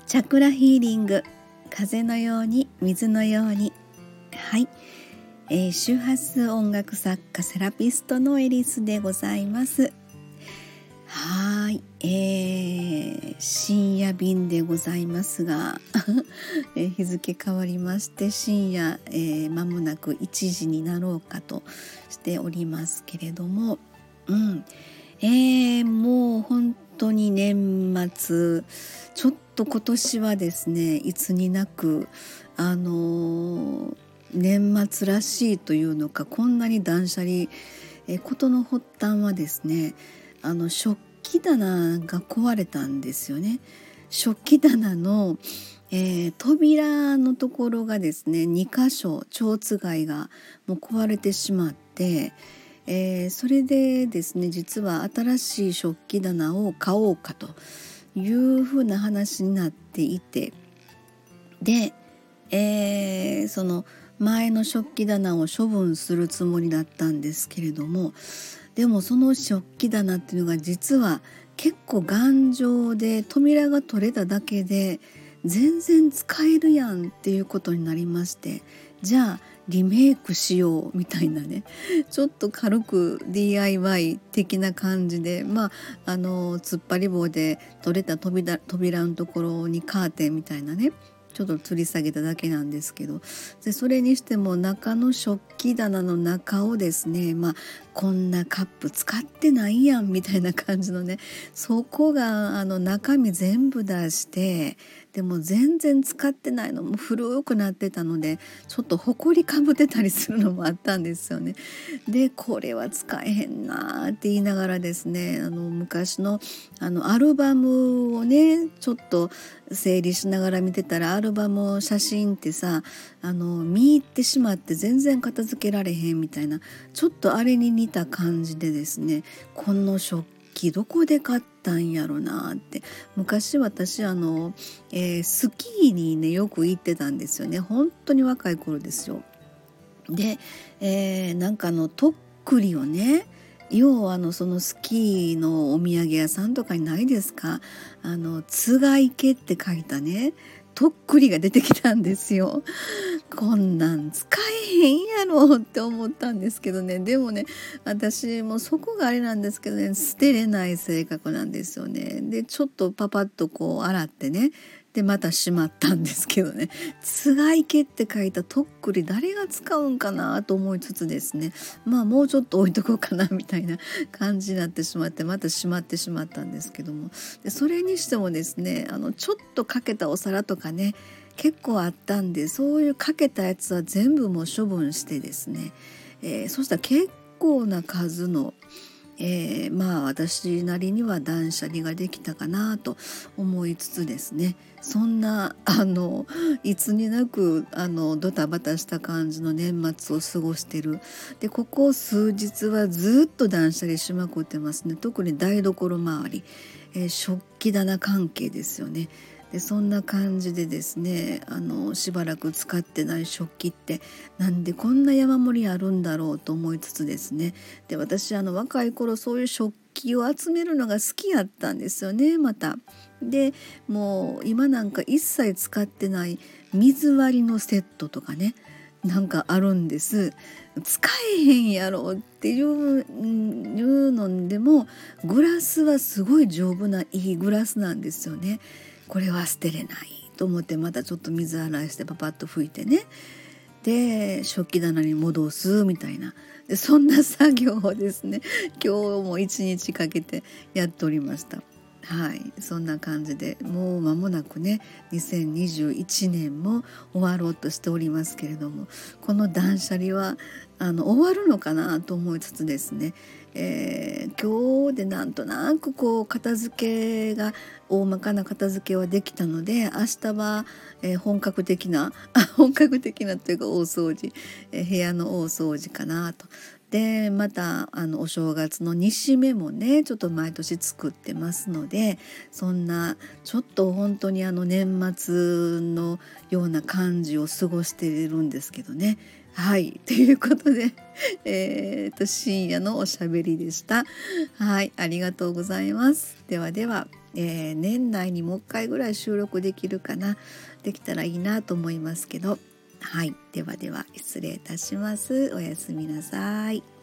チャクラヒーリング、風のように水のように。はい、周波数音楽作家セラピストのエリスでございます。はい、深夜便でございますが日付変わりまして深夜、間もなく1時になろうかとしておりますけれども、もう本当に年末、ちょっと今年はですね、いつになく年末らしいというのか、こんなに断捨離、ことの発端はですね、食器棚が壊れたんですよね。食器棚の、扉のところがですね、2箇所蝶つがいがもう壊れてしまって、それでですね、実は新しい食器棚を買おうかというふうな話になっていて、で、その前の食器棚を処分するつもりだったんですけれども、でもその食器棚っていうのが実は結構頑丈で、扉が取れただけで全然使えるやんっていうことになりまして、じゃあリメイクしようみたいなね、ちょっと軽く DIY 的な感じで、突っ張り棒で取れた扉のところにカーテンみたいなね、ちょっと吊り下げただけなんですけど、でそれにしても中の食器棚の中をですね、こんなカップ使ってないやんみたいな感じのね、そこが中身全部出して、でも全然使ってないのも古くなってたので、ちょっとほこりかぶってたりするのもあったんですよね。でこれは使えへんなって言いながらですね、昔のアルバムをね、ちょっと整理しながら見てたら、アルバム写真ってさ、見入ってしまって全然片付けられへんみたいな、ちょっとあれに似た感じでですね、この食器どこで買ったんやろなって。昔私スキーにねよく行ってたんですよね。本当に若い頃ですよ。で、とっくりをね、要はそのスキーのお土産屋さんとかにないですか、つがいけって書いたねとっくりが出てきたんですよ。こんなん使えへんやろって思ったんですけどね。でもね、私もそこがあれなんですけどね、捨てれない性格なんですよね。でちょっとパパッとこう洗ってね、でまたしまったんですけどね、つがいけって書いたとっくり誰が使うんかなと思いつつですね、もうちょっと置いとこうかなみたいな感じになってしまって、またしまってしまったんですけども、でそれにしてもですね、ちょっとかけたお皿とかね結構あったんで、そういうかけたやつは全部もう処分してですね、そしたら結構な数の私なりには断捨離ができたかなと思いつつですね、そんないつになくドタバタした感じの年末を過ごしてる。でここ数日はずっと断捨離しまくってますね。特に台所周り、食器棚関係ですよね。でそんな感じでですね、しばらく使ってない食器ってなんでこんな山盛りあるんだろうと思いつつですね、で私若い頃そういう食器を集めるのが好きやったんですよね。またでもう今なんか一切使ってない水割りのセットとかね、なんかあるんです。使えへんやろっていうのでも、グラスはすごい丈夫ないいグラスなんですよね。これは捨てれないと思って、またちょっと水洗いしてパパッと拭いてね、で食器棚に戻すみたいな、でそんな作業をですね今日も一日かけてやっておりました。はい、そんな感じでもう間もなくね2021年も終わろうとしておりますけれども、この断捨離は終わるのかなと思いつつですね、今日でなんとなくこう片付けが大まかな片付けはできたので、明日は、本格的なというか大掃除、部屋の大掃除かなと。でまたお正月の煮しめもねちょっと毎年作ってますので、そんなちょっと本当に年末のような感じを過ごしているんですけどね。 はいということで、深夜のおしゃべりでした。はい、ありがとうございます。ではでは、年内にもう一回ぐらい収録できるかな、できたらいいなと思いますけど、はい、ではでは失礼いたします。おやすみなさい。